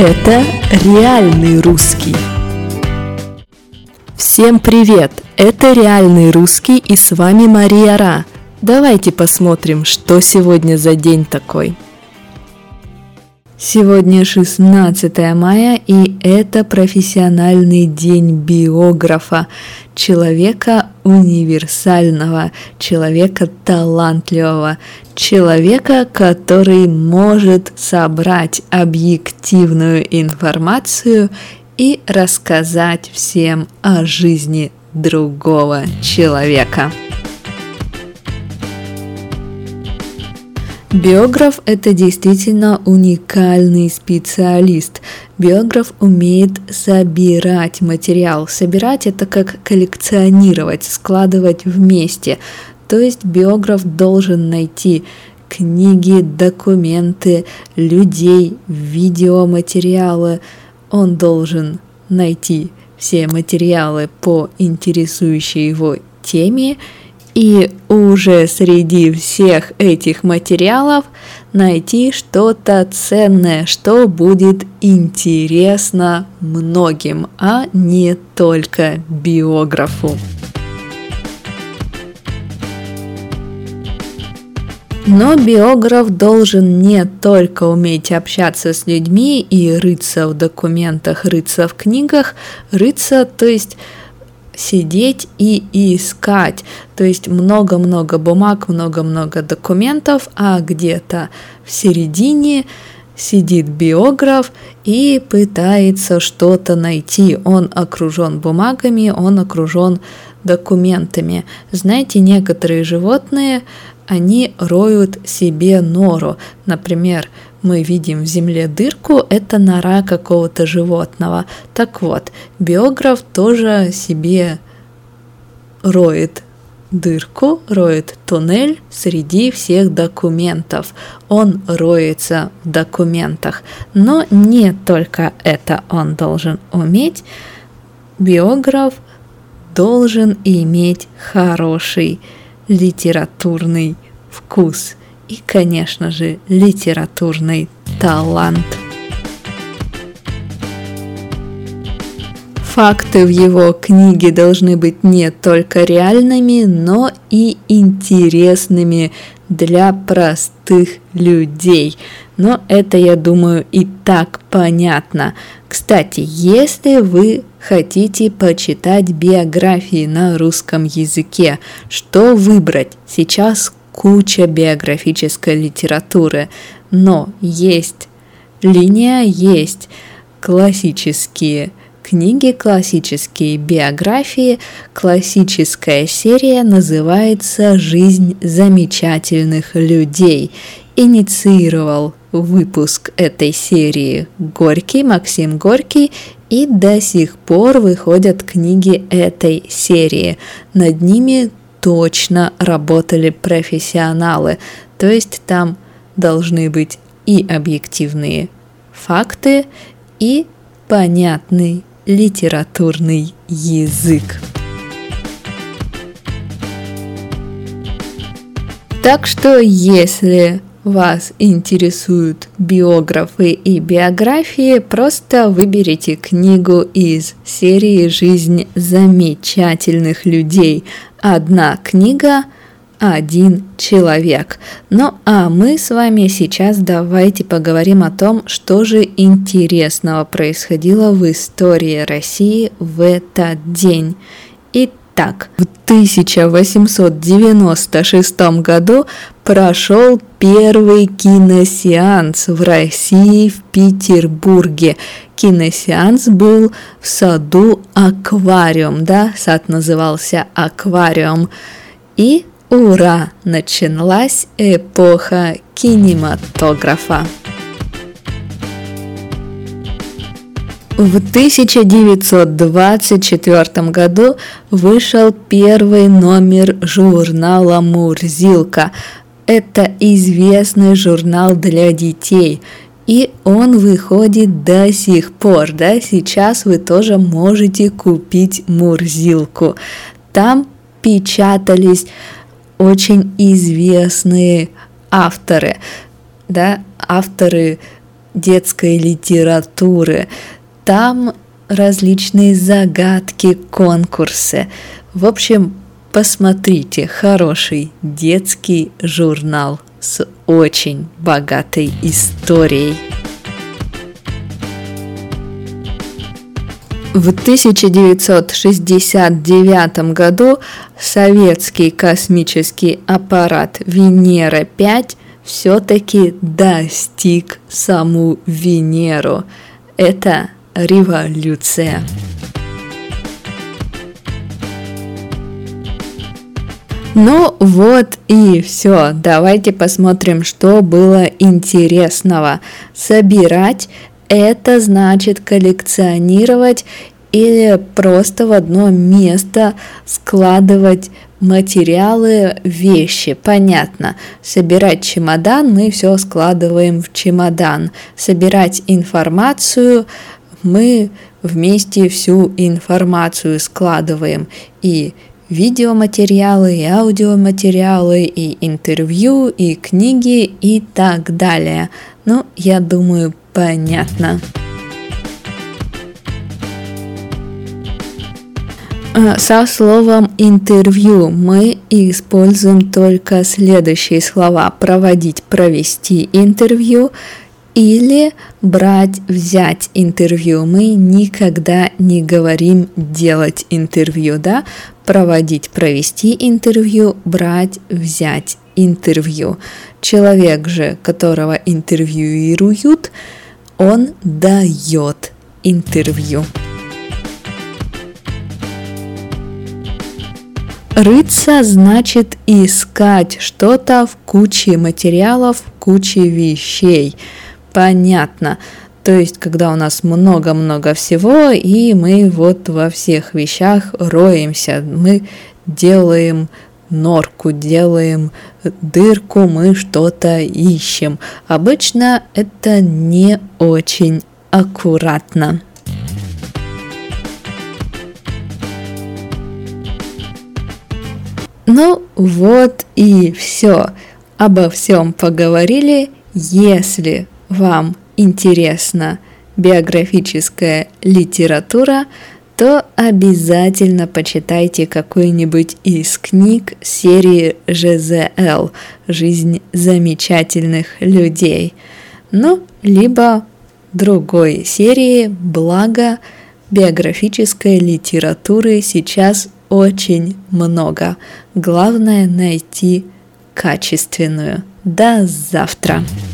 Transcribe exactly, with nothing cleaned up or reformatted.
Это реальный русский. Всем привет! Это реальный русский, и с вами Мария Ра. Давайте посмотрим, что сегодня за день такой. Сегодня шестнадцатое мая, и это профессиональный день биографа, человека универсального, человека талантливого, человека, который может собрать объективную информацию и рассказать всем о жизни другого человека. Биограф – это действительно уникальный специалист. Биограф умеет собирать материал. Собирать – это как коллекционировать, складывать вместе. То есть биограф должен найти книги, документы, людей, видеоматериалы. Он должен найти все материалы по интересующей его теме, и уже среди всех этих материалов найти что-то ценное, что будет интересно многим, а не только биографу. Но биограф должен не только уметь общаться с людьми и рыться в документах, рыться в книгах, рыться, то есть сидеть и искать, то есть много-много бумаг, много-много документов, а где-то в середине сидит биограф и пытается что-то найти. Он окружен бумагами, он окружен документами. Знаете, некоторые животные, они роют себе нору. Например, мы видим в земле дырку, это нора какого-то животного. Так вот, биограф тоже себе роет дырку, роет туннель среди всех документов. Он роется в документах. Но не только это он должен уметь. Биограф должен иметь хороший литературный вкус и, конечно же, литературный талант. Факты в его книге должны быть не только реальными, но и интересными для простых людей. Но это, я думаю, и так понятно. Кстати, если вы хотите почитать биографии на русском языке, что выбрать? Сейчас куча биографической литературы, но есть линия, есть классические книги, классические биографии. Классическая серия называется «Жизнь замечательных людей». Инициировал выпуск этой серии Горький, Максим Горький, и до сих пор выходят книги этой серии. Над ними точно работали профессионалы, то есть там должны быть и объективные факты, и понятный литературный язык. Так что, если вас интересуют биографы и биографии, просто выберите книгу из серии «Жизнь замечательных людей». Одна книга, один человек. Ну а мы с вами сейчас давайте поговорим о том, что же интересного происходило в истории России в этот день. Итак, в тысяча восемьсот девяносто шестом году прошел первый киносеанс в России, в Петербурге. Киносеанс был в саду «Аквариум», да, сад назывался «Аквариум». И ура! Началась эпоха кинематографа. В тысяча девятьсот двадцать четвёртом году вышел первый номер журнала «Мурзилка». Это известный журнал для детей, и он выходит до сих пор, да, сейчас вы тоже можете купить «Мурзилку». Там печатались очень известные авторы, да, авторы детской литературы. Там различные загадки, конкурсы. В общем, посмотрите, хороший детский журнал с очень богатой историей. В тысяча девятьсот шестьдесят девятом году советский космический аппарат Венера пять все-таки достиг саму Венеру. Это революция. Ну вот и все. Давайте посмотрим, что было интересного. Собирать — это значит коллекционировать или просто в одно место складывать материалы, вещи. Понятно. Собирать чемодан, мы все складываем в чемодан. Собирать информацию, мы вместе всю информацию складываем. И видеоматериалы, и аудиоматериалы, и интервью, и книги, и так далее. Ну, я думаю, понятно. Со словом «интервью» мы используем только следующие слова: проводить, провести интервью или брать, взять интервью. Мы никогда не говорим делать интервью, да? Проводить, провести интервью, брать, взять интервью. Человек же, которого интервьюируют, он дает интервью. Рыться значит искать что-то в куче материалов, в куче вещей. Понятно. То есть, когда у нас много-много всего, и мы вот во всех вещах роемся, мы делаем норку, делаем дырку, мы что-то ищем. Обычно это не очень аккуратно. Ну вот и все. Обо всем поговорили. Если вам интересна биографическая литература, то обязательно почитайте какую-нибудь из книг серии жэ зэ эл «Жизнь замечательных людей». Ну, либо другой серии, благо биографической литературы сейчас очень много. Главное найти качественную. До завтра!